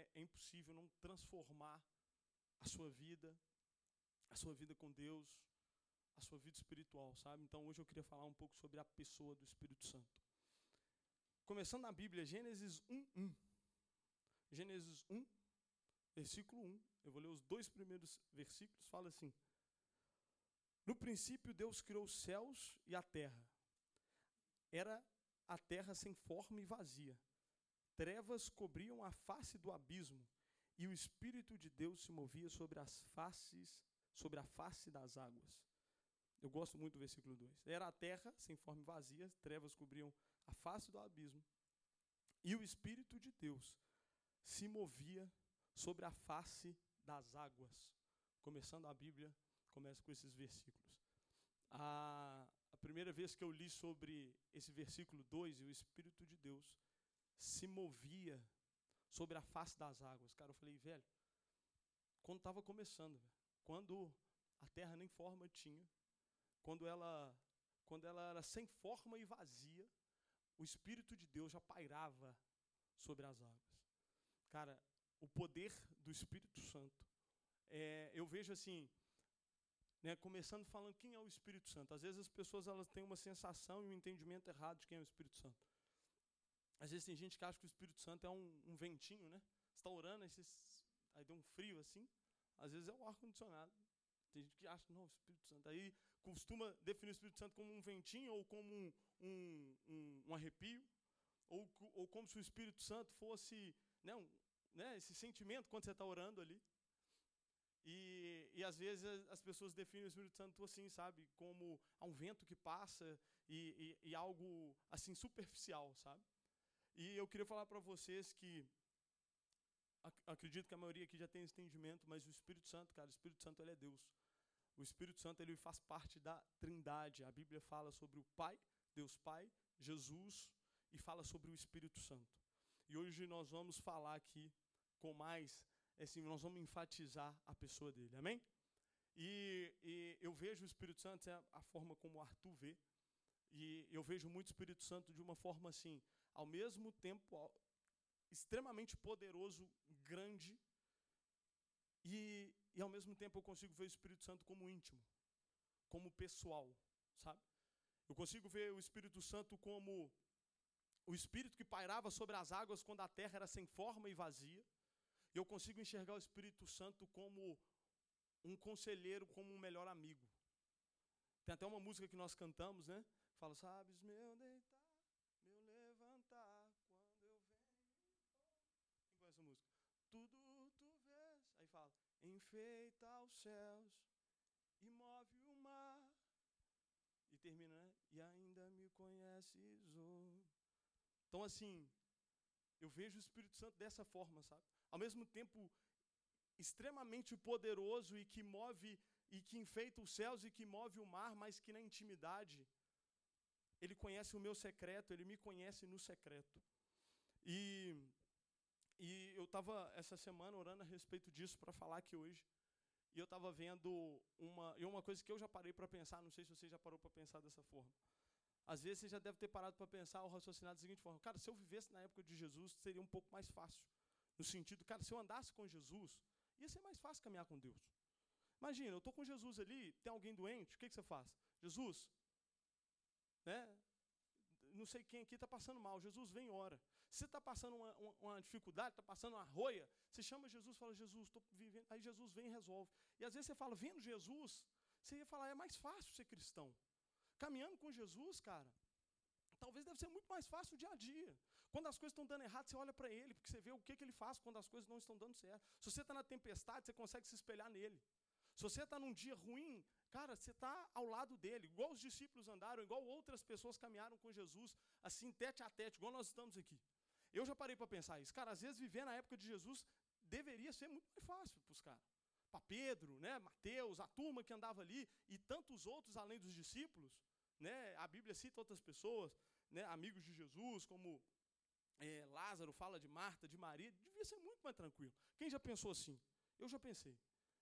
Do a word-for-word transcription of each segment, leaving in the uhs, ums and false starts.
é impossível não transformar a sua vida, a sua vida com Deus, a sua vida espiritual, sabe? Então hoje eu queria falar um pouco sobre a pessoa do Espírito Santo. Começando na Bíblia, Gênesis um, um. Gênesis um, versículo um. Eu vou ler os dois primeiros versículos. Fala assim: no princípio Deus criou os céus e a terra. Era a terra sem forma e vazia. Trevas cobriam a face do abismo, e o Espírito de Deus se movia sobre as faces, sobre a face das águas. Eu gosto muito do versículo dois. Era a terra sem forma e vazia, trevas cobriam a face do abismo, e o Espírito de Deus se movia sobre a face das águas. Começando a Bíblia, começa com esses versículos. A, a primeira vez que eu li sobre esse versículo dois, e o Espírito de Deus se movia sobre a face das águas. Cara, eu falei, velho, quando estava começando, velho, quando a terra nem forma tinha, quando ela, quando ela era sem forma e vazia, o Espírito de Deus já pairava sobre as águas. Cara, o poder do Espírito Santo, é, eu vejo assim, né, começando falando quem é o Espírito Santo. Às vezes as pessoas elas têm uma sensação e um entendimento errado de quem é o Espírito Santo. Às vezes tem gente que acha que o Espírito Santo é um, um ventinho, né? Você está orando, aí, você, aí deu um frio assim. Às vezes é o ar-condicionado. Tem gente que acha, não, o Espírito Santo. Aí costuma definir o Espírito Santo como um ventinho ou como um, um, um, um arrepio. Ou, ou como se o Espírito Santo fosse, né, um, né, esse sentimento quando você está orando ali. E, e às vezes as pessoas definem o Espírito Santo assim, sabe? Como um vento que passa e, e, e algo assim superficial, sabe? E eu queria falar para vocês que ac- acredito que a maioria aqui já tem esse entendimento, mas o Espírito Santo, cara, o Espírito Santo ele é Deus. O Espírito Santo ele faz parte da Trindade. A Bíblia fala sobre o Pai, Deus Pai, Jesus, e fala sobre o Espírito Santo. E hoje nós vamos falar aqui com mais, assim, nós vamos enfatizar a pessoa dele, amém? E, e eu vejo o Espírito Santo, é a forma como o Arthur vê, e eu vejo muito o Espírito Santo de uma forma assim, ao mesmo tempo extremamente poderoso, grande, e, e ao mesmo tempo eu consigo ver o Espírito Santo como íntimo, como pessoal, sabe? Eu consigo ver o Espírito Santo como o Espírito que pairava sobre as águas quando a terra era sem forma e vazia. E eu consigo enxergar o Espírito Santo como um conselheiro, como um melhor amigo. Tem até uma música que nós cantamos, né? Fala, sabes, meu deitar, meu levantar, quando eu venho. Quem conhece essa música? Tudo tu vês. Aí fala, enfeita os céus e move o mar. E termina, né? E ainda me conheces hoje. Então, assim, eu vejo o Espírito Santo dessa forma, sabe? Ao mesmo tempo, extremamente poderoso e que move, e que enfeita os céus e que move o mar, mas que na intimidade, ele conhece o meu secreto, ele me conhece no secreto. E, e eu estava, essa semana, orando a respeito disso para falar aqui hoje. E eu estava vendo uma, e uma coisa que eu já parei para pensar, não sei se você já parou para pensar dessa forma. Às vezes você já deve ter parado para pensar ou raciocinar da seguinte forma, cara, se eu vivesse na época de Jesus, seria um pouco mais fácil. No sentido, cara, se eu andasse com Jesus, ia ser mais fácil caminhar com Deus. Imagina, eu estou com Jesus ali, tem alguém doente, o que, que você faz? Jesus, né? Não sei quem aqui está passando mal, Jesus vem e ora. Se você está passando uma, uma, uma dificuldade, está passando uma roia, você chama Jesus e fala, Jesus, estou vivendo. Aí Jesus vem e resolve. E às vezes você fala, vendo Jesus, você ia falar, é mais fácil ser cristão. Caminhando com Jesus, cara, talvez deve ser muito mais fácil o dia a dia. Quando as coisas estão dando errado, você olha para ele, porque você vê o que, que ele faz quando as coisas não estão dando certo. Se você está na tempestade, você consegue se espelhar nele. Se você está num dia ruim, cara, você está ao lado dele, igual os discípulos andaram, igual outras pessoas caminharam com Jesus, assim, tete a tete, igual nós estamos aqui. Eu já parei para pensar isso. Cara, às vezes viver na época de Jesus deveria ser muito mais fácil para os caras. Para Pedro, né, Mateus, a turma que andava ali, e tantos outros além dos discípulos, né, a Bíblia cita outras pessoas, né, amigos de Jesus, como é, Lázaro, fala de Marta, de Maria, devia ser muito mais tranquilo. Quem já pensou assim? Eu já pensei.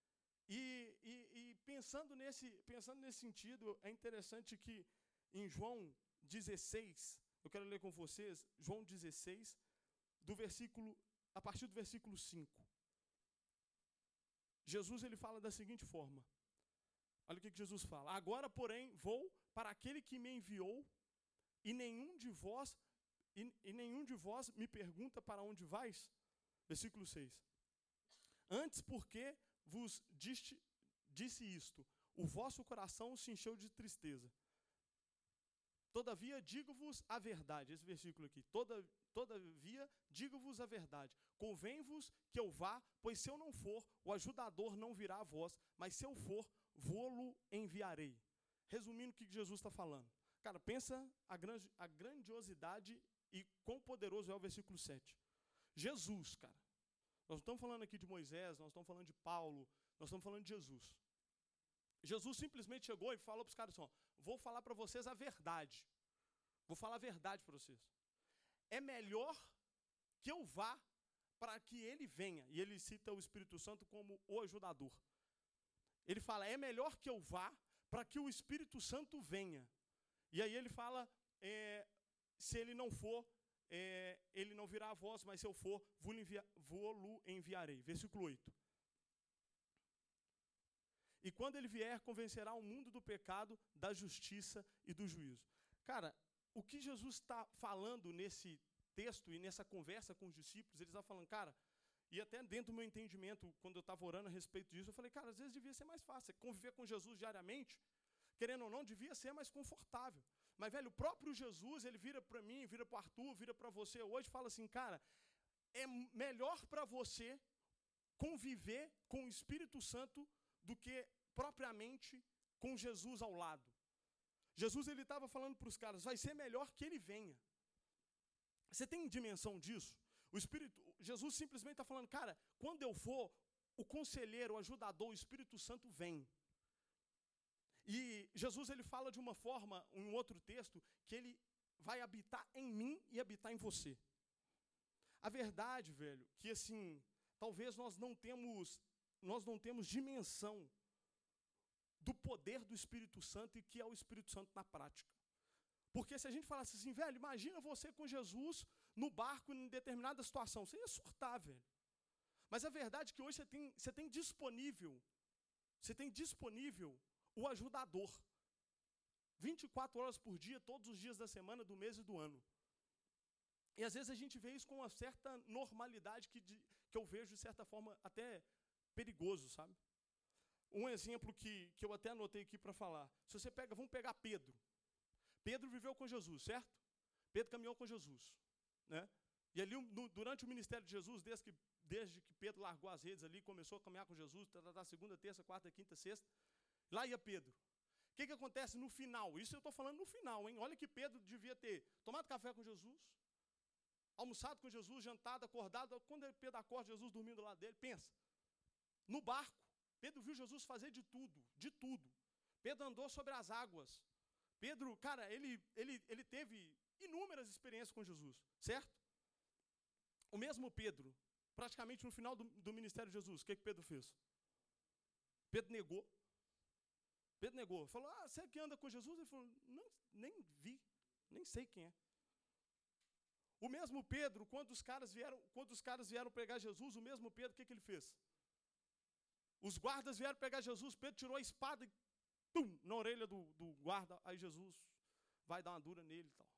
E, e, e pensando, nesse, pensando nesse sentido, é interessante que em João dezesseis, eu quero ler com vocês, João dezesseis, do versículo a partir do versículo cinco. Jesus ele fala da seguinte forma. Olha o que, que Jesus fala. Agora, porém, vou para aquele que me enviou, e nenhum de vós, e, e nenhum de vós me pergunta para onde vais. Versículo seis. Antes, porque vos disse, disse isto, o vosso coração se encheu de tristeza. Todavia, digo-vos a verdade. Esse versículo aqui. Toda, todavia, digo-vos a verdade. Convém-vos que eu vá, pois se eu não for, o ajudador não virá a vós, mas se eu for, vô-lo enviarei. Resumindo o que Jesus está falando. Cara, pensa a, gran, a grandiosidade e quão poderoso é o versículo sete. Jesus, cara. Nós não estamos falando aqui de Moisés, nós estamos falando de Paulo, nós estamos falando de Jesus. Jesus simplesmente chegou e falou para os caras assim, ó, vou falar para vocês a verdade. Vou falar a verdade para vocês. É melhor que eu vá para que ele venha. E ele cita o Espírito Santo como o ajudador. Ele fala, é melhor que eu vá para que o Espírito Santo venha. E aí ele fala, é, se ele não for, é, ele não virá a vós, mas se eu for, vô-lo enviarei. Versículo oito. E quando ele vier, convencerá o mundo do pecado, da justiça e do juízo. Cara, o que Jesus está falando nesse texto e nessa conversa com os discípulos, ele está falando, cara, e até dentro do meu entendimento, quando eu estava orando a respeito disso, eu falei, cara, às vezes devia ser mais fácil. Conviver com Jesus diariamente, querendo ou não, devia ser mais confortável. Mas, velho, o próprio Jesus, ele vira para mim, vira para o Arthur, vira para você hoje e fala assim, cara, é melhor para você conviver com o Espírito Santo do que propriamente com Jesus ao lado. Jesus ele estava falando para os caras, vai ser melhor que ele venha. Você tem dimensão disso? O Espírito, Jesus simplesmente está falando, cara, quando eu for, o conselheiro, o ajudador, o Espírito Santo vem. E Jesus ele fala de uma forma, em um outro texto, que ele vai habitar em mim e habitar em você. A verdade, velho, que assim, talvez nós não temos, nós não temos dimensão do poder do Espírito Santo e que é o Espírito Santo na prática. Porque se a gente falasse assim, velho, imagina você com Jesus no barco em determinada situação, você ia surtar, velho. Mas a verdade é que hoje você tem, você tem disponível, você tem disponível o ajudador. vinte e quatro horas por dia, todos os dias da semana, do mês e do ano. E às vezes a gente vê isso com uma certa normalidade que, de, que eu vejo, de certa forma, até perigoso, sabe? Um exemplo que, que eu até anotei aqui para falar. Se você pega, vamos pegar Pedro. Pedro viveu com Jesus, certo? Pedro caminhou com Jesus, né? E ali, no, durante o ministério de Jesus, desde que, desde que Pedro largou as redes ali, começou a caminhar com Jesus, tá, tá, tá, segunda, terça, quarta, quinta, sexta, lá ia Pedro. O que, que acontece no final? Isso eu estou falando no final, hein? Olha que Pedro devia ter tomado café com Jesus, almoçado com Jesus, jantado, acordado. Quando Pedro acorda, Jesus dormindo lá dele, pensa. No barco, Pedro viu Jesus fazer de tudo, de tudo. Pedro andou sobre as águas. Pedro, cara, ele, ele, ele teve inúmeras experiências com Jesus, certo? O mesmo Pedro, praticamente no final do, do ministério de Jesus, o que, que Pedro fez? Pedro negou. Pedro negou. Falou, ah, você que anda com Jesus? Ele falou, não, nem vi, nem sei quem é. O mesmo Pedro, quando os caras vieram, quando os caras vieram pregar Jesus, o mesmo Pedro, o que, que ele fez? Os guardas vieram pegar Jesus, Pedro tirou a espada e pum, na orelha do, do guarda, aí Jesus vai dar uma dura nele e tal.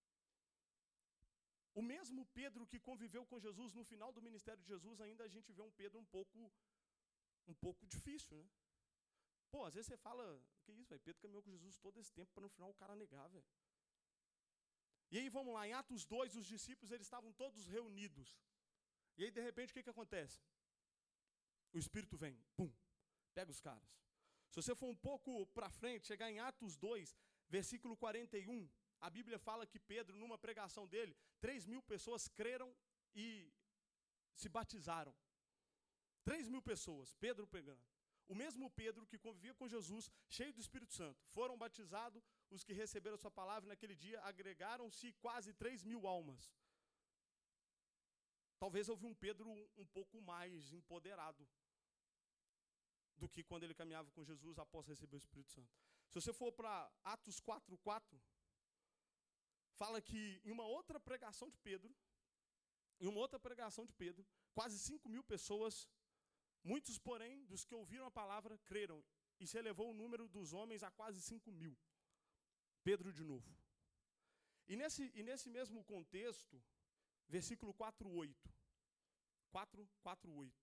O mesmo Pedro que conviveu com Jesus no final do ministério de Jesus, ainda a gente vê um Pedro um pouco, um pouco difícil, né? Pô, às vezes você fala, que isso, velho? Pedro caminhou com Jesus todo esse tempo para no final o cara negar, velho. E aí vamos lá, em Atos dois, os discípulos eles estavam todos reunidos. E aí de repente o que, que acontece? O Espírito vem, pum, pega os caras. Se você for um pouco para frente, chegar em Atos dois, versículo quarenta e um, a Bíblia fala que Pedro, numa pregação dele, três mil pessoas creram e se batizaram. Três mil pessoas, Pedro pregando. O mesmo Pedro que convivia com Jesus, cheio do Espírito Santo. Foram batizados os que receberam a sua palavra naquele dia, agregaram-se quase três mil almas. Talvez eu vi um Pedro um, um pouco mais empoderado do que quando ele caminhava com Jesus após receber o Espírito Santo. Se você for para Atos quatro, quatro, fala que em uma outra pregação de Pedro, Em uma outra pregação de Pedro, quase cinco mil pessoas, muitos, porém, dos que ouviram a palavra, creram. E se elevou o número dos homens a quase cinco mil. Pedro de novo. E nesse, e nesse mesmo contexto, versículo quatro, oito. quatro, quatro, oito.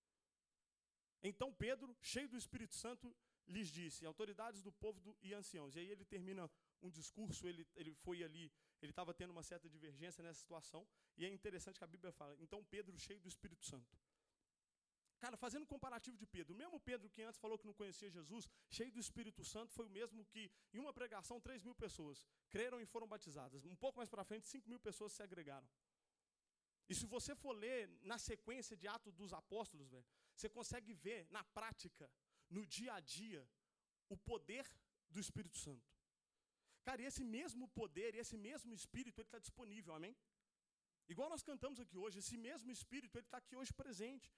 Então Pedro, cheio do Espírito Santo, lhes disse, autoridades do povo do, e anciãos. E aí ele termina um discurso, ele, ele foi ali, ele estava tendo uma certa divergência nessa situação. E é interessante que a Bíblia fala, então Pedro, cheio do Espírito Santo. Cara, fazendo um comparativo de Pedro, o mesmo Pedro que antes falou que não conhecia Jesus, cheio do Espírito Santo, foi o mesmo que, em uma pregação, três mil pessoas creram e foram batizadas. Um pouco mais para frente, cinco mil pessoas se agregaram. E se você for ler na sequência de Atos dos Apóstolos, velho, você consegue ver na prática, no dia a dia, o poder do Espírito Santo. Cara, e esse mesmo poder, esse mesmo Espírito, ele está disponível, amém? Igual nós cantamos aqui hoje, esse mesmo Espírito, ele está aqui hoje presente.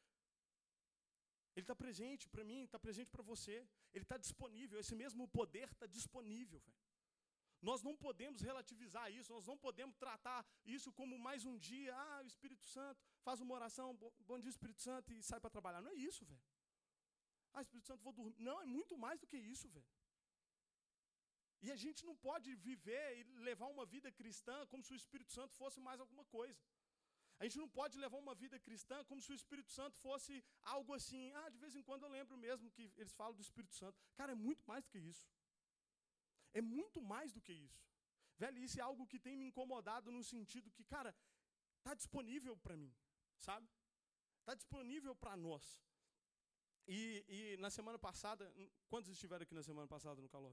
Ele está presente para mim, está presente para você. Ele está disponível, esse mesmo poder está disponível, velho. Nós não podemos relativizar isso, nós não podemos tratar isso como mais um dia, ah, o Espírito Santo faz uma oração, bom dia Espírito Santo, e sai para trabalhar. Não é isso, velho. Ah, Espírito Santo, vou dormir. Não, é muito mais do que isso, velho. E a gente não pode viver e levar uma vida cristã como se o Espírito Santo fosse mais alguma coisa. A gente não pode levar uma vida cristã como se o Espírito Santo fosse algo assim, ah, de vez em quando eu lembro mesmo que eles falam do Espírito Santo. Cara, é muito mais do que isso. É muito mais do que isso. Velho, isso é algo que tem me incomodado no sentido que, cara, está disponível para mim, sabe? Está disponível para nós. E, e na semana passada, quantos estiveram aqui na semana passada no Calov?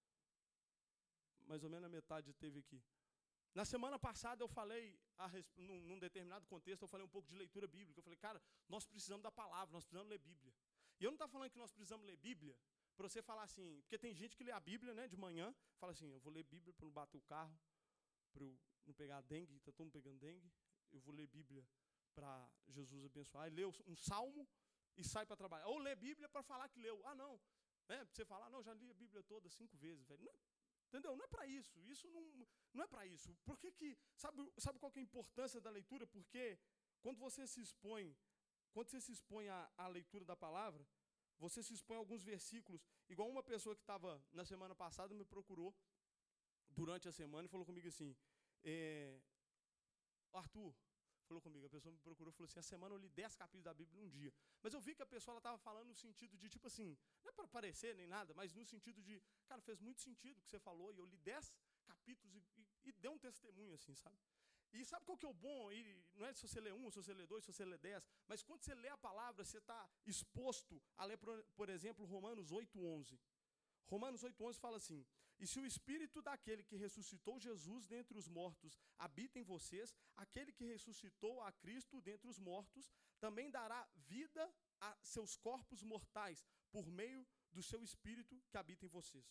Mais ou menos a metade teve aqui. Na semana passada eu falei, a, num, num determinado contexto, eu falei um pouco de leitura bíblica. Eu falei, cara, nós precisamos da palavra, nós precisamos ler Bíblia. E eu não estou falando que nós precisamos ler Bíblia para você falar assim, porque tem gente que lê a Bíblia, né, de manhã, fala assim, eu vou ler Bíblia para não bater o carro, para eu não pegar dengue, está todo mundo pegando dengue, eu vou ler Bíblia para Jesus abençoar, e lê um salmo e sai para trabalhar. Ou lê Bíblia para falar que leu. Ah, não, né, para você falar, não, já li a Bíblia toda cinco vezes, velho. Não é, entendeu? Não é para isso, isso não, não é para isso. Por que que, sabe, sabe qual que é a importância da leitura? Porque quando você se expõe, quando você se expõe à, à leitura da palavra, você se expõe a alguns versículos, igual uma pessoa que estava na semana passada me procurou durante a semana e falou comigo assim, é, Arthur, falou comigo, a pessoa me procurou e falou assim, a semana eu li dez capítulos da Bíblia num dia. Mas eu vi que a pessoa estava falando no sentido de, tipo assim, não é para parecer nem nada, mas no sentido de, cara, fez muito sentido o que você falou, e eu li dez capítulos e, e, e deu um testemunho assim, sabe? E sabe qual que é o bom? E não é se você lê um, se você lê dois, se você lê dez, mas quando você lê a palavra, você está exposto a ler, por, por exemplo, Romanos oito, onze. Romanos oito, onze fala assim, e se o Espírito daquele que ressuscitou Jesus dentre os mortos habita em vocês, aquele que ressuscitou a Cristo dentre os mortos também dará vida a seus corpos mortais por meio do seu Espírito que habita em vocês.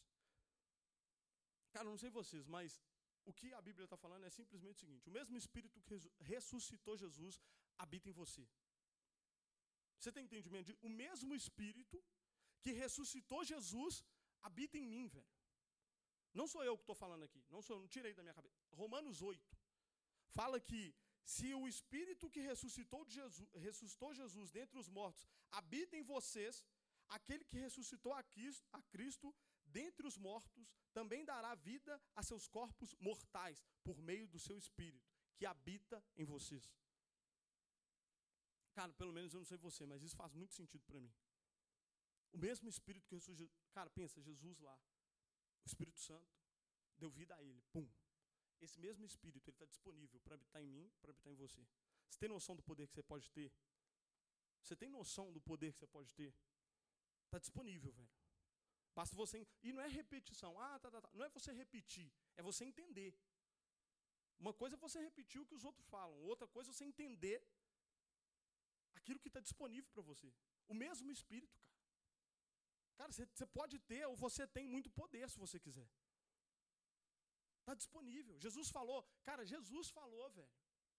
Cara, não sei vocês, mas o que a Bíblia está falando é simplesmente o seguinte, o mesmo Espírito que ressuscitou Jesus habita em você. Você tem entendimento? De, o mesmo Espírito que ressuscitou Jesus habita em mim, velho. Não sou eu que estou falando aqui, não sou eu, não tirei da minha cabeça. Romanos oito fala que se o Espírito que ressuscitou, de Jesus, ressuscitou Jesus dentre os mortos habita em vocês, aquele que ressuscitou a Cristo, a Cristo dentre os mortos também dará vida a seus corpos mortais por meio do seu Espírito que habita em vocês. Cara, pelo menos eu não sei você, mas isso faz muito sentido para mim. O mesmo Espírito que ressuscitou, cara, pensa, Jesus lá, o Espírito Santo deu vida a ele, pum. Esse mesmo Espírito, ele está disponível para habitar em mim, para habitar em você. Você tem noção do poder que você pode ter? Você tem noção do poder que você pode ter? Está disponível, velho. Basta você... E não é repetição. Ah, tá, tá, tá. Não é você repetir, é você entender. Uma coisa é você repetir o que os outros falam, outra coisa é você entender aquilo que está disponível para você. O mesmo Espírito, cara. Cara, você, você pode ter ou você tem muito poder se você quiser. Está disponível. Jesus falou, cara, Jesus falou, velho.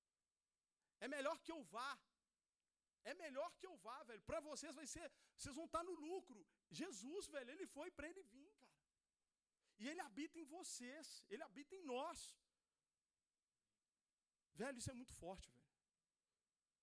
É melhor que eu vá. É melhor que eu vá, velho. Para vocês vai ser, vocês vão estar no lucro. Jesus, velho, ele foi para ele vir, cara. E ele habita em vocês, ele habita em nós. Velho, isso é muito forte, velho.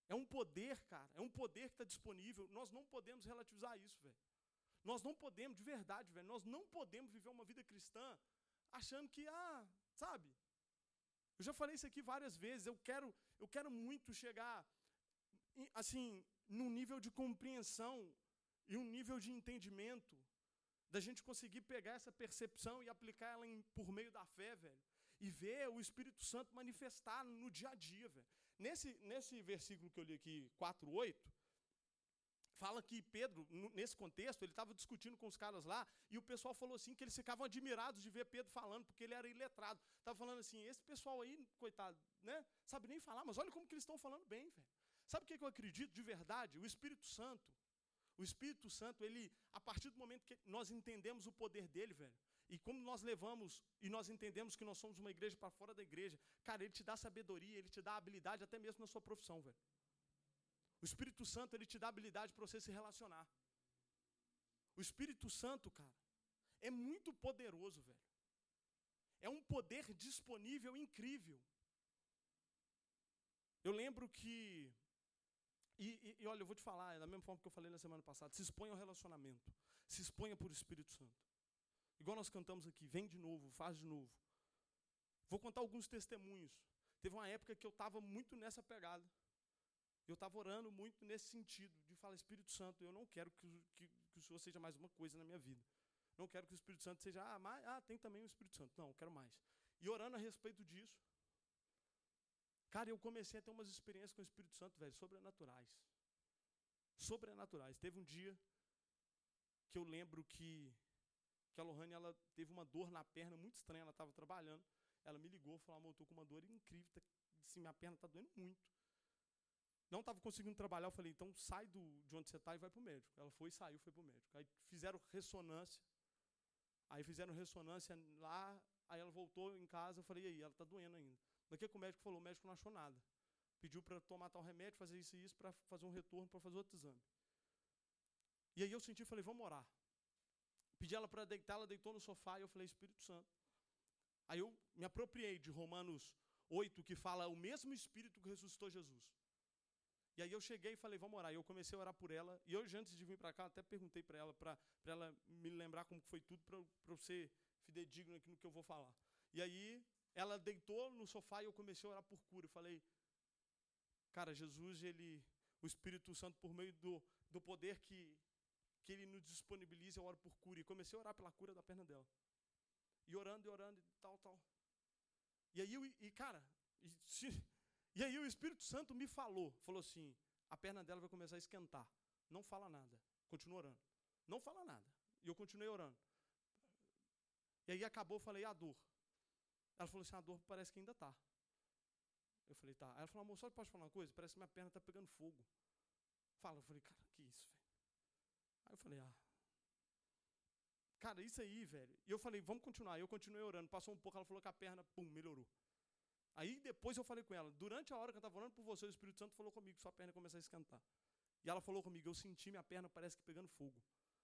É um poder, cara, é um poder que está disponível. Nós não podemos relativizar isso, velho. Nós não podemos, de verdade, velho, nós não podemos viver uma vida cristã achando que, ah, sabe? Eu já falei isso aqui várias vezes, eu quero, eu quero muito chegar, assim, num nível de compreensão e um nível de entendimento, da gente conseguir pegar essa percepção e aplicar ela em, por meio da fé, velho, e ver o Espírito Santo manifestar no dia a dia, velho. Nesse, nesse versículo que eu li aqui, quatro, oito, fala que Pedro, nesse contexto, ele estava discutindo com os caras lá, e o pessoal falou assim, que eles ficavam admirados de ver Pedro falando, porque ele era iletrado. Estava falando assim, esse pessoal aí, coitado, né, sabe nem falar, mas olha como que eles estão falando bem, velho. Sabe o que eu acredito de verdade? O Espírito Santo, o Espírito Santo, ele, a partir do momento que nós entendemos o poder dele, velho, e como nós levamos, e nós entendemos que nós somos uma igreja para fora da igreja, cara, ele te dá sabedoria, ele te dá habilidade até mesmo na sua profissão, velho. O Espírito Santo, ele te dá habilidade para você se relacionar. O Espírito Santo, cara, é muito poderoso, velho. É um poder disponível incrível. Eu lembro que, e, e, e olha, eu vou te falar, é da mesma forma que eu falei na semana passada, se exponha ao relacionamento, se exponha por Espírito Santo. Igual nós cantamos aqui, vem de novo, faz de novo. Vou contar alguns testemunhos. Teve uma época que eu estava muito nessa pegada. Eu estava orando muito nesse sentido, de falar, Espírito Santo, eu não quero que, que, que o Senhor seja mais uma coisa na minha vida. Não quero que o Espírito Santo seja, ah, mas, ah, tem também o Espírito Santo. Não, eu quero mais. E orando a respeito disso, cara, eu comecei a ter umas experiências com o Espírito Santo, velho, sobrenaturais. Sobrenaturais. Teve um dia que eu lembro que, que a Lohane, ela teve uma dor na perna muito estranha, ela estava trabalhando, ela me ligou, falou, amor, eu estou com uma dor incrível, tá, assim, minha perna está doendo muito. Não estava conseguindo trabalhar, eu falei, então sai do, de onde você está e vai para o médico. Ela foi, saiu, foi para o médico. Aí fizeram ressonância, aí fizeram ressonância lá, aí ela voltou em casa, eu falei, e aí, ela está doendo ainda. Mas o que, que o médico falou? O médico não achou nada. Pediu para tomar tal remédio, fazer isso e isso, para fazer um retorno, para fazer outro exame. E aí eu senti, falei, vamos orar. Pedi ela para deitar, ela deitou no sofá, e eu falei, Espírito Santo. Aí eu me apropriei de Romanos oito, que fala o mesmo Espírito que ressuscitou Jesus. E aí eu cheguei e falei, vamos orar. E eu comecei a orar por ela. E hoje, antes de vir para cá, até perguntei para ela, para ela me lembrar como foi tudo, para eu ser fidedigno aqui no que eu vou falar. E aí ela deitou no sofá e eu comecei a orar por cura. Eu falei, cara, Jesus, ele, o Espírito Santo, por meio do, do poder que, que ele nos disponibiliza, eu oro por cura. E comecei a orar pela cura da perna dela. E orando, e orando, e tal, tal. E aí, eu, e cara, e, se, e aí o Espírito Santo me falou, falou assim, a perna dela vai começar a esquentar. Não fala nada, continua orando. Não fala nada. E eu continuei orando. E aí acabou, eu falei, e a dor? Ela falou assim, a dor parece que ainda está. Eu falei, tá. Aí ela falou, amor, só pode falar uma coisa? Parece que minha perna está pegando fogo. Fala, eu falei, cara, que isso, velho? Aí eu falei, ah. Cara, isso aí, velho. E eu falei, vamos continuar. E eu continuei orando. Passou um pouco, ela falou que a perna, pum, melhorou. Aí depois eu falei com ela, durante a hora que eu estava orando por você, o Espírito Santo falou comigo, sua perna começou a esquentar. E ela falou comigo, eu senti minha perna parece que pegando fogo.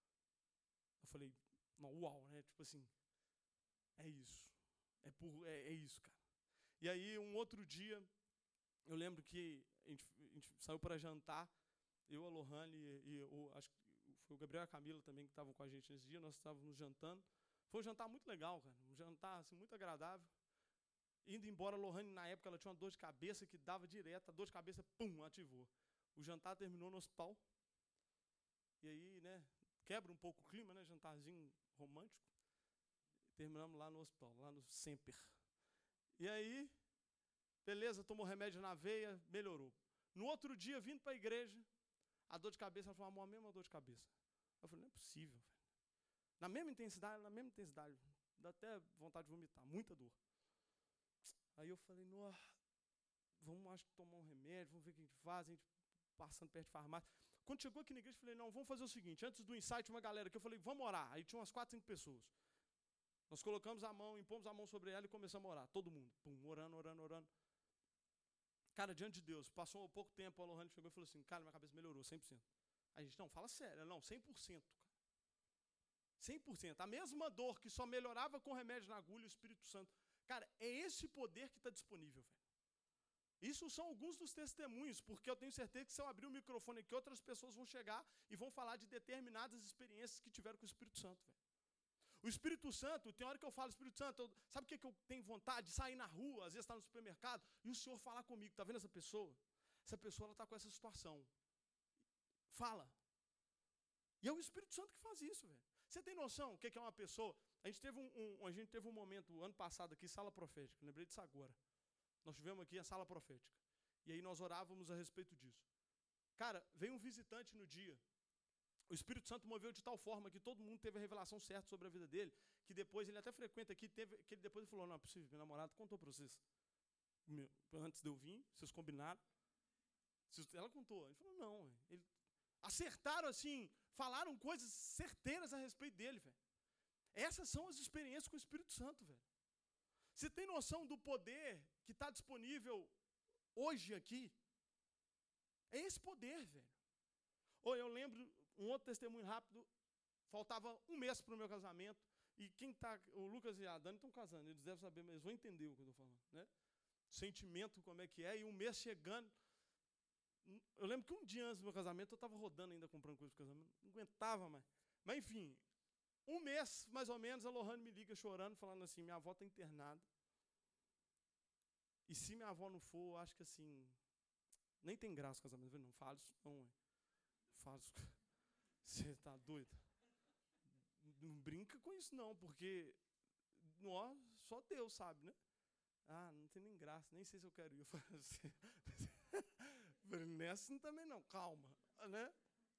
Eu falei, não, uau, né? Tipo assim, é isso. É, por, é, é isso, cara. E aí, um outro dia, eu lembro que a gente, a gente saiu para jantar, eu, a Lohane e, e o, acho que foi o Gabriel e a Camila também que estavam com a gente nesse dia, nós estávamos jantando. Foi um jantar muito legal, cara, um jantar assim, muito agradável. Indo embora, a Lohane, na época, ela tinha uma dor de cabeça que dava direto, a dor de cabeça, pum, ativou. O jantar terminou no hospital. E aí, né, quebra um pouco o clima, né, jantarzinho romântico. Terminamos lá no hospital, lá no Semper. E aí, beleza, tomou remédio na veia, melhorou. No outro dia, vindo para a igreja, a dor de cabeça, ela falou, amor, a mesma dor de cabeça. Eu falei, não é possível, velho. Na mesma intensidade, na mesma intensidade, dá até vontade de vomitar, muita dor. Aí eu falei, nossa, vamos acho que tomar um remédio, vamos ver o que a gente faz, a gente passando perto de farmácia. Quando chegou aqui na igreja, eu falei, não, vamos fazer o seguinte, antes do insight, uma galera aqui, eu falei, vamos orar. Aí tinha umas quatro, cinco pessoas. Nós colocamos a mão, impomos a mão sobre ela e começamos a orar. Todo mundo, pum, orando, orando, orando. Cara, diante de Deus, passou um pouco tempo, a Lohane chegou e falou assim, cara, minha cabeça melhorou, cem por cento. Aí a gente, não, fala sério, não, cem por cento, cara. cem por cento. A mesma dor que só melhorava com remédio na agulha, o Espírito Santo. Cara, é esse poder que está disponível, velho. Isso são alguns dos testemunhos, porque eu tenho certeza que se eu abrir o microfone aqui, outras pessoas vão chegar e vão falar de determinadas experiências que tiveram com o Espírito Santo, velho. O Espírito Santo, tem hora que eu falo Espírito Santo, eu, sabe o que, que eu tenho vontade? De sair na rua, às vezes estar no supermercado, e o Senhor falar comigo, tá vendo essa pessoa? Essa pessoa, ela está com essa situação. Fala. E é o Espírito Santo que faz isso, velho. Você tem noção o que, que é uma pessoa? A gente teve um, um, a gente teve um momento, ano passado aqui, sala profética, lembrei disso agora. Nós tivemos aqui a sala profética. E aí nós orávamos a respeito disso. Cara, veio um visitante no dia. O Espírito Santo moveu de tal forma que todo mundo teve a revelação certa sobre a vida dele, que depois, ele até frequenta aqui, teve, que ele depois ele falou, não é possível, meu namorado contou para vocês, meu, antes de eu vir, vocês combinaram. Ela contou. Ele falou, não, ele, acertaram assim, falaram coisas certeiras a respeito dele, velho. Essas são as experiências com o Espírito Santo, velho. Você tem noção do poder que está disponível hoje aqui? É esse poder, velho. Ou eu lembro, um outro testemunho rápido, faltava um mês para o meu casamento, e quem tá, o Lucas e a Dani estão casando, eles devem saber, mas eles vão entender o que eu estou falando, né? Sentimento, como é que é, e um mês chegando. Eu lembro que um dia antes do meu casamento, eu estava rodando ainda, comprando coisas para o casamento, não aguentava mais. Mas enfim, um mês, mais ou menos, a Lohane me liga chorando, falando assim, minha avó está internada, e se minha avó não for, eu acho que assim, nem tem graça o casamento. Eu falei, não, fala isso não, fala isso. Você está doido? Não brinca com isso não, porque ó, só Deus sabe, né? Ah, não tem nem graça, nem sei se eu quero ir. Eu falei assim, nessa também não, calma, né?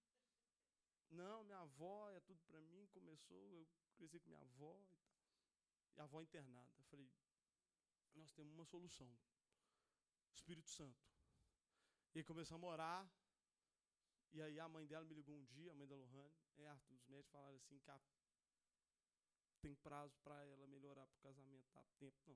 Não, minha avó é tudo para mim, começou, eu cresci com minha avó e tal. E a avó internada. Eu falei, nós temos uma solução. Espírito Santo. E aí começamos a orar. E aí a mãe dela me ligou um dia, a mãe da Lohane. É, Arthur, os médicos falaram assim que a, tem prazo para ela melhorar para o casamento. Dá tempo, não.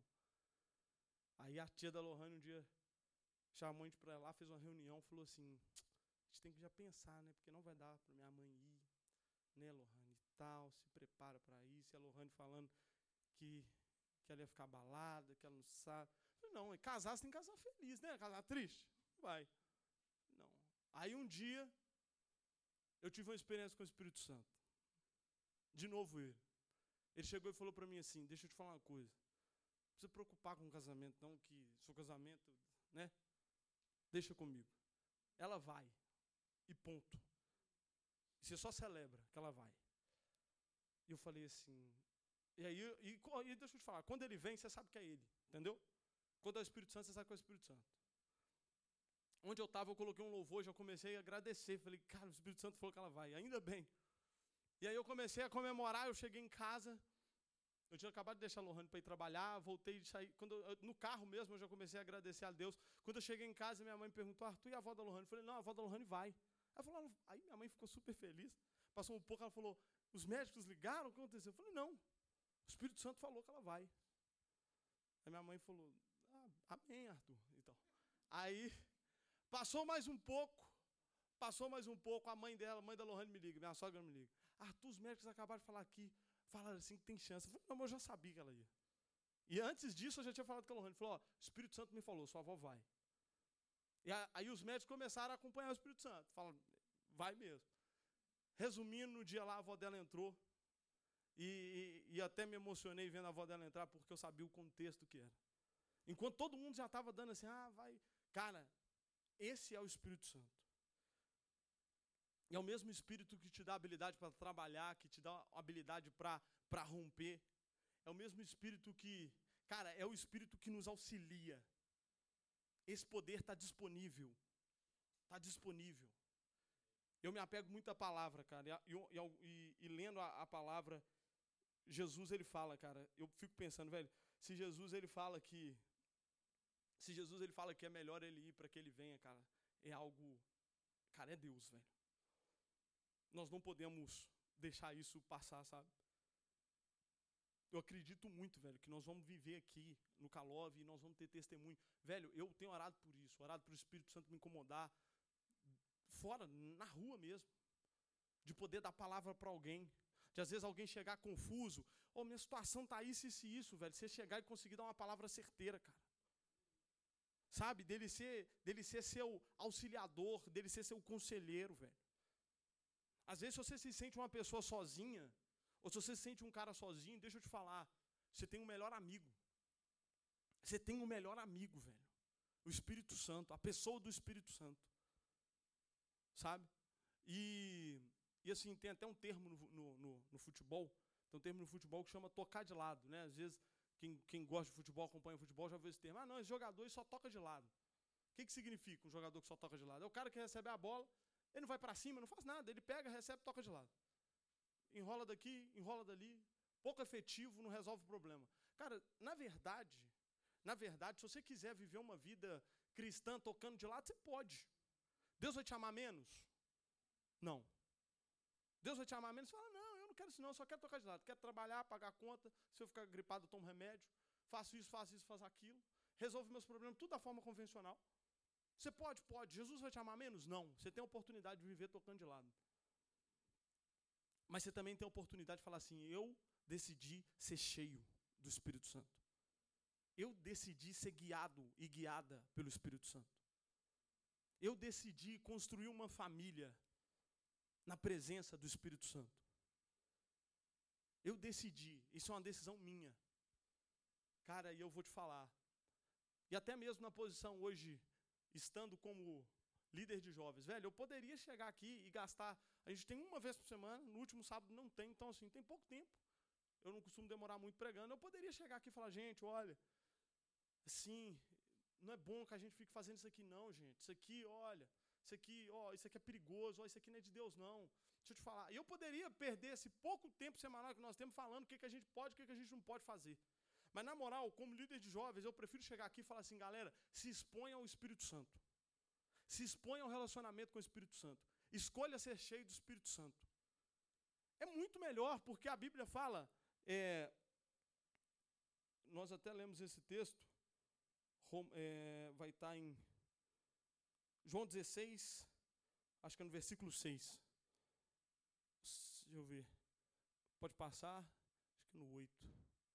Aí a tia da Lohane um dia chamou a gente para lá, fez uma reunião, falou assim, a gente tem que já pensar, né? Porque não vai dar para minha mãe ir, né, Lohane, e tal, se prepara para isso. E a Lohane falando que, que ela ia ficar abalada, que ela não sabe. Eu falei, não, casar você tem que casar feliz, né? Casar triste? Vai. Não. Aí um dia, eu tive uma experiência com o Espírito Santo. De novo ele. Ele chegou e falou para mim assim, deixa eu te falar uma coisa. Não precisa preocupar com o casamento, não, que seu casamento, né? Deixa comigo. Ela vai. E ponto. E você só celebra que ela vai. E eu falei assim, e aí, e, e deixa eu te falar, quando ele vem, você sabe que é ele, entendeu? Quando é o Espírito Santo, você sabe que é o Espírito Santo. Onde eu estava, eu coloquei um louvor, já comecei a agradecer. Falei, cara, o Espírito Santo falou que ela vai, ainda bem. E aí eu comecei a comemorar, eu cheguei em casa, eu tinha acabado de deixar a Lohane para ir trabalhar, voltei de sair, quando eu, no carro mesmo eu já comecei a agradecer a Deus. Quando eu cheguei em casa, minha mãe me perguntou, Arthur, e a avó da Lohane? Eu falei, não, a avó da Lohane vai. Ela falou, aí minha mãe ficou super feliz. Passou um pouco, ela falou, os médicos ligaram, o que aconteceu? Eu falei, não, o Espírito Santo falou que ela vai. Aí minha mãe falou, ah, amém, Arthur. Então, aí, passou mais um pouco, passou mais um pouco, a mãe dela, a mãe da Lohane me liga, minha sogra me liga. Arthur, os médicos acabaram de falar aqui, falaram assim que tem chance. Eu falei, não, mas eu já sabia que ela ia. E antes disso, eu já tinha falado com a Lohane, falou, ó, o Espírito Santo me falou, sua avó vai. E a, aí os médicos começaram a acompanhar o Espírito Santo, falaram, vai mesmo. Resumindo, no dia lá, a avó dela entrou, e, e, e até me emocionei vendo a avó dela entrar, porque eu sabia o contexto que era. Enquanto todo mundo já estava dando assim, ah, vai. Cara, esse é o Espírito Santo. E é o mesmo Espírito que te dá habilidade para trabalhar, que te dá habilidade para para romper. É o mesmo Espírito que, cara, é o Espírito que nos auxilia. Esse poder está disponível. Está disponível. Eu me apego muito à palavra, cara. E, e, e, e lendo a, a palavra, Jesus, ele fala, cara, eu fico pensando, velho, se Jesus, ele fala que, se Jesus, ele fala que é melhor ele ir para que ele venha, cara, é algo, cara, é Deus, velho. Nós não podemos deixar isso passar, sabe? Eu acredito muito, velho, que nós vamos viver aqui no Calove e nós vamos ter testemunho. Velho, eu tenho orado por isso, orado para o Espírito Santo me incomodar, fora, na rua mesmo, de poder dar palavra para alguém, de às vezes alguém chegar confuso, ô, oh, minha situação tá isso, isso e isso, velho, você chegar e conseguir dar uma palavra certeira, cara. sabe? Dele ser, dele ser seu auxiliador, dele ser seu conselheiro, velho. Às vezes, se você se sente uma pessoa sozinha, ou se você se sente um cara sozinho, deixa eu te falar, você tem um melhor amigo. Você tem um melhor amigo, velho. O Espírito Santo, a pessoa do Espírito Santo. Sabe? E, e assim, tem até um termo no, no, no, no futebol, tem um termo no futebol que chama tocar de lado, né? Às vezes, quem, quem gosta de futebol, acompanha o futebol, já vê esse termo. Ah, não, esse jogador só toca de lado. O que, que significa um jogador que só toca de lado? É o cara que recebe a bola, ele não vai para cima, não faz nada, ele pega, recebe, toca de lado. Enrola daqui, enrola dali, pouco efetivo, não resolve o problema. Cara, na verdade, na verdade, se você quiser viver uma vida cristã tocando de lado, você pode. Deus vai te amar menos? Não. Deus vai te amar menos? Você fala, não, eu não quero isso não, eu só quero tocar de lado. Quero trabalhar, pagar a conta, se eu ficar gripado, eu tomo remédio, faço isso, faço isso, faço aquilo, resolvo meus problemas, tudo da forma convencional. Você pode? Pode. Jesus vai te amar menos? Não. Você tem a oportunidade de viver tocando de lado. Mas você também tem a oportunidade de falar assim, eu decidi ser cheio do Espírito Santo. Eu decidi ser guiado e guiada pelo Espírito Santo. Eu decidi construir uma família na presença do Espírito Santo. Eu decidi, isso é uma decisão minha. Cara, e eu vou te falar. E até mesmo na posição hoje, estando como líder de jovens, velho, eu poderia chegar aqui e gastar, a gente tem uma vez por semana, no último sábado não tem, então assim, tem pouco tempo. Eu não costumo demorar muito pregando, eu poderia chegar aqui e falar, gente, olha, assim, não é bom que a gente fique fazendo isso aqui não, gente. Isso aqui, olha, isso aqui, ó, isso aqui é perigoso, ó, isso aqui não é de Deus não. Deixa eu te falar. E eu poderia perder esse pouco tempo semanal que nós temos falando o que, que a gente pode e o que, que a gente não pode fazer. Mas na moral, como líder de jovens, eu prefiro chegar aqui e falar assim, galera, se exponha ao Espírito Santo. Se exponha ao relacionamento com o Espírito Santo. Escolha ser cheio do Espírito Santo. É muito melhor, porque a Bíblia fala, é, nós até lemos esse texto, é, vai estar em João dezesseis, acho que é no versículo seis. Deixa eu ver. Pode passar? Acho que é no oito.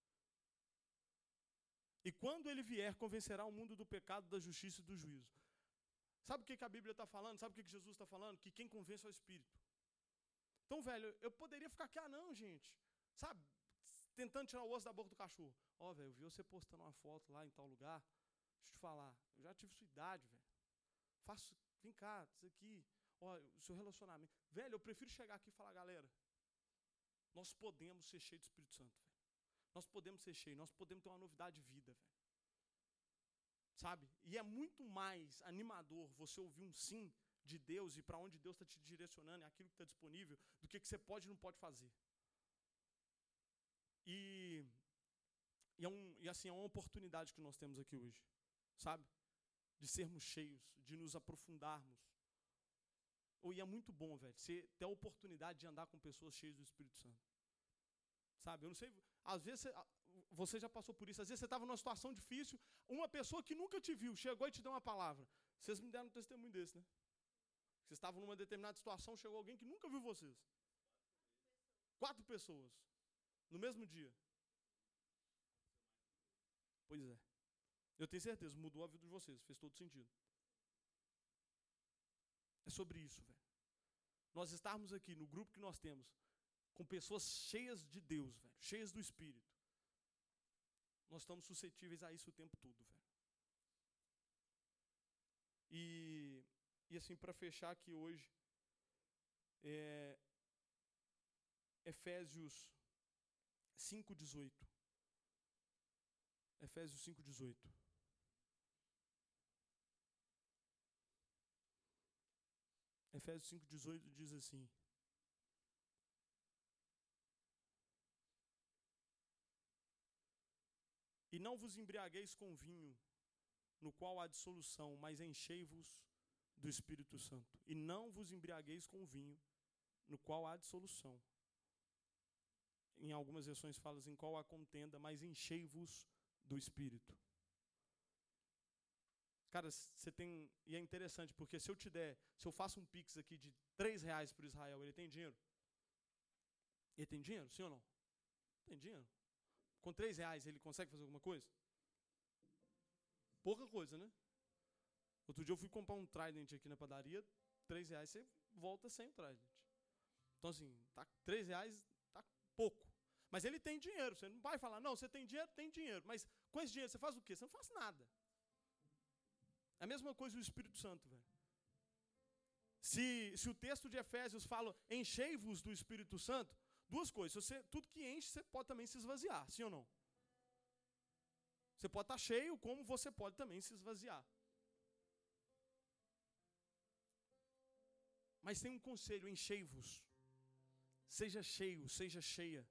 E quando ele vier, convencerá o mundo do pecado, da justiça e do juízo. Sabe o que, que a Bíblia está falando? Sabe o que, que Jesus está falando? Que quem convence é o Espírito. Então, velho, eu poderia ficar aqui, ah não, gente. Sabe? Tentando tirar o osso da boca do cachorro. Ó, oh, velho, eu vi você postando uma foto lá em tal lugar. Deixa eu te falar, eu já tive sua idade, velho. Faço, vem cá, isso aqui, ó, o seu relacionamento. Velho, eu prefiro chegar aqui e falar, galera, nós podemos ser cheios do Espírito Santo, velho. Nós podemos ser cheios, nós podemos ter uma novidade de vida, velho. Sabe? E é muito mais animador você ouvir um sim de Deus e para onde Deus está te direcionando, é aquilo que está disponível, do que, que você pode e não pode fazer. E, e, é um, e assim, é uma oportunidade que nós temos aqui hoje, sabe? De sermos cheios, de nos aprofundarmos. Oh, e é muito bom, velho, você ter a oportunidade de andar com pessoas cheias do Espírito Santo. Sabe, eu não sei, às vezes você, você já passou por isso, às vezes você estava numa situação difícil, uma pessoa que nunca te viu, chegou e te deu uma palavra. Vocês me deram um testemunho desse, né? Vocês estavam numa determinada situação, chegou alguém que nunca viu vocês. Quatro pessoas, no mesmo dia. Pois é. Eu tenho certeza, mudou a vida de vocês, fez todo sentido. É sobre isso, velho. Nós estarmos aqui no grupo que nós temos, com pessoas cheias de Deus, velho, cheias do Espírito. Nós estamos suscetíveis a isso o tempo todo, velho. E, e assim, para fechar aqui hoje, é, Efésios cinco, dezoito. Efésios cinco, dezoito. Efésios cinco, dezoito diz assim: e não vos embriagueis com vinho, no qual há dissolução, mas enchei-vos do Espírito Santo. E não vos embriagueis com vinho, no qual há dissolução. Em algumas versões fala em qual há contenda, mas enchei-vos do Espírito. Cara, você tem... E é interessante, porque se eu te der... Se eu faço um pix aqui de três reais para Israel, ele tem dinheiro? Ele tem dinheiro, sim ou não? Tem dinheiro. Com três reais ele consegue fazer alguma coisa? Pouca coisa, né? Outro dia eu fui comprar um Trident aqui na padaria, três reais, você volta sem o Trident. Então assim, tá, três reais tá pouco. Mas ele tem dinheiro, você não vai falar, não, você tem dinheiro, tem dinheiro. Mas com esse dinheiro você faz o quê? Você não faz nada. É a mesma coisa o Espírito Santo, velho. Se, se o texto de Efésios fala, enchei-vos do Espírito Santo, duas coisas, você, tudo que enche, você pode também se esvaziar, sim ou não? Você pode estar cheio, como você pode também se esvaziar. Mas tem um conselho, enchei-vos. Seja cheio, seja cheia.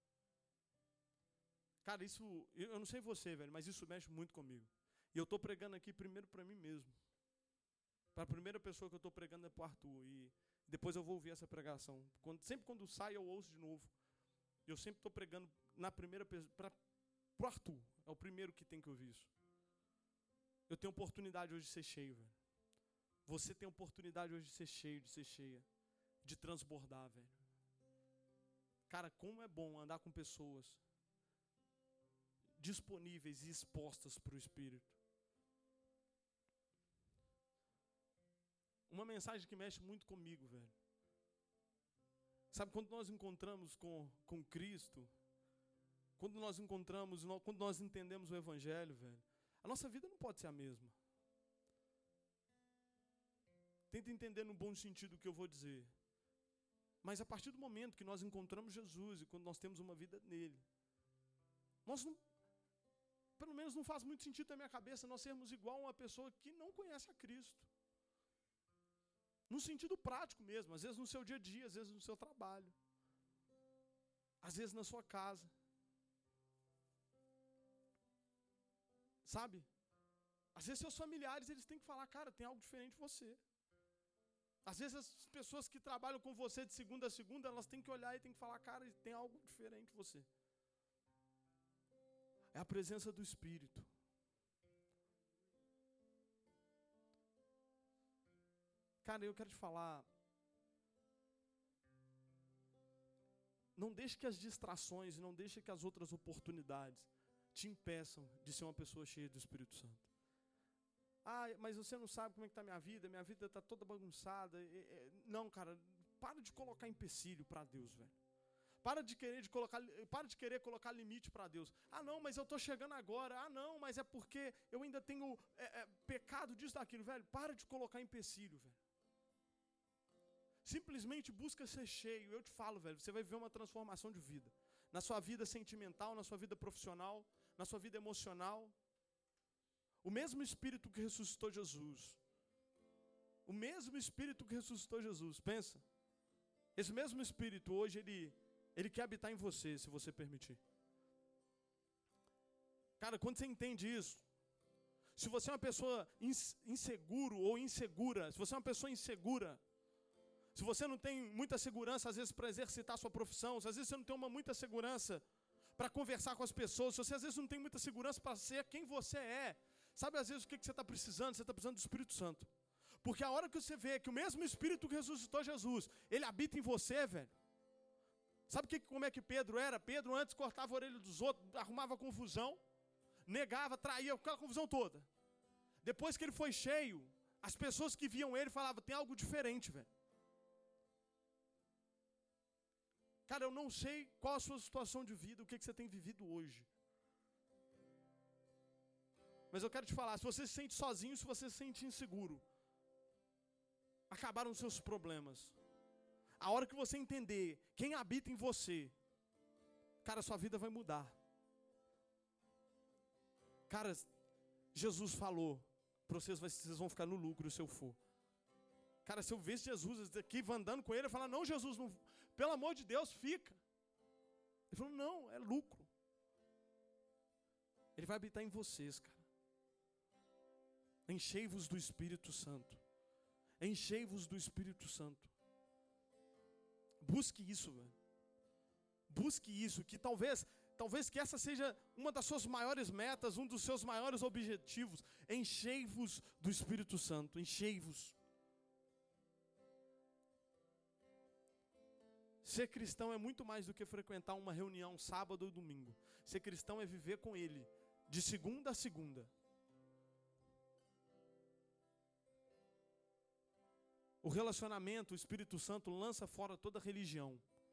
Cara, isso, eu não sei você, velho, mas isso mexe muito comigo. E eu estou pregando aqui primeiro para mim mesmo. Para a primeira pessoa que eu estou pregando é para o Arthur. E depois eu vou ouvir essa pregação. Quando, sempre quando sai eu ouço de novo. Eu sempre estou pregando na primeira pessoa, para o Arthur. É o primeiro que tem que ouvir isso. Eu tenho oportunidade hoje de ser cheio, velho. Você tem oportunidade hoje de ser cheio, de ser cheia. De transbordar, velho. Cara, como é bom andar com pessoas disponíveis e expostas para o Espírito. Uma mensagem que mexe muito comigo, velho. Sabe, quando nós encontramos com, com Cristo, quando nós encontramos, quando nós entendemos o Evangelho, velho, a nossa vida não pode ser a mesma. Tenta entender no bom sentido o que eu vou dizer. Mas a partir do momento que nós encontramos Jesus e quando nós temos uma vida nele, nós não, pelo menos não faz muito sentido na minha cabeça nós sermos igual a uma pessoa que não conhece a Cristo. No sentido prático mesmo, às vezes no seu dia a dia, às vezes no seu trabalho, às vezes na sua casa. Sabe? Às vezes seus familiares, eles têm que falar, cara, tem algo diferente de você. Às vezes as pessoas que trabalham com você de segunda a segunda, elas têm que olhar e têm que falar, cara, tem algo diferente de você. É a presença do Espírito. Cara, eu quero te falar, não deixe que as distrações, não deixe que as outras oportunidades te impeçam de ser uma pessoa cheia do Espírito Santo. Ah, mas você não sabe como é que está a minha vida, minha vida está toda bagunçada. Não, cara, para de colocar empecilho para Deus, velho. Para de querer, de colocar, para de querer colocar limite para Deus. Ah, não, mas eu estou chegando agora. Ah, não, mas é porque eu ainda tenho é, é, pecado disso, daquilo, velho. Para de colocar empecilho, velho. Simplesmente busca ser cheio. Eu te falo, velho, você vai ver uma transformação de vida. Na sua vida sentimental, na sua vida profissional, na sua vida emocional. O mesmo Espírito que ressuscitou Jesus. O mesmo Espírito que ressuscitou Jesus. Pensa. Esse mesmo Espírito hoje, ele, ele quer habitar em você, se você permitir. Cara, quando você entende isso, se você é uma pessoa inseguro ou insegura, se você é uma pessoa insegura, se você não tem muita segurança, às vezes, para exercitar a sua profissão, se às vezes você não tem uma muita segurança para conversar com as pessoas, se você às vezes não tem muita segurança para ser quem você é, sabe às vezes o que você está precisando? Você está precisando do Espírito Santo. Porque a hora que você vê que o mesmo Espírito que ressuscitou Jesus, ele habita em você, velho. Sabe que, como é que Pedro era? Pedro antes cortava a orelha dos outros, arrumava confusão, negava, traía, aquela confusão toda. Depois que ele foi cheio, as pessoas que viam ele falavam, tem algo diferente, velho. Cara, eu não sei qual a sua situação de vida, o que, que você tem vivido hoje. Mas eu quero te falar, se você se sente sozinho, se você se sente inseguro, acabaram os seus problemas. A hora que você entender quem habita em você, cara, sua vida vai mudar. Cara, Jesus falou para vocês, vocês vão ficar no lucro se eu for. Cara, se eu ver Jesus aqui andando com ele, eu falo, não, Jesus, não, pelo amor de Deus, fica. Ele falou, não, é lucro. Ele vai habitar em vocês, cara. Enchei-vos do Espírito Santo. Enchei-vos do Espírito Santo. Busque isso, velho. Busque isso, que talvez, talvez que essa seja uma das suas maiores metas, um dos seus maiores objetivos. Enchei-vos do Espírito Santo. Enchei-vos. Ser cristão é muito mais do que frequentar uma reunião sábado ou domingo. Ser cristão é viver com Ele, de segunda a segunda. O relacionamento, o Espírito Santo lança fora toda religião.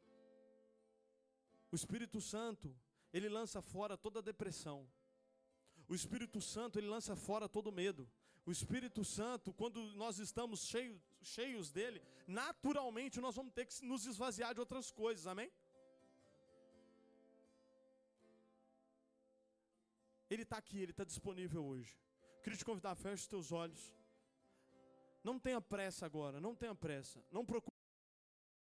O Espírito Santo, ele lança fora toda depressão. O Espírito Santo, ele lança fora todo medo. O Espírito Santo, quando nós estamos cheios, cheios dele, naturalmente nós vamos ter que nos esvaziar de outras coisas, amém? Ele está aqui, ele está disponível hoje. Queria te convidar, feche os teus olhos. Não tenha pressa agora, não tenha pressa. Não procure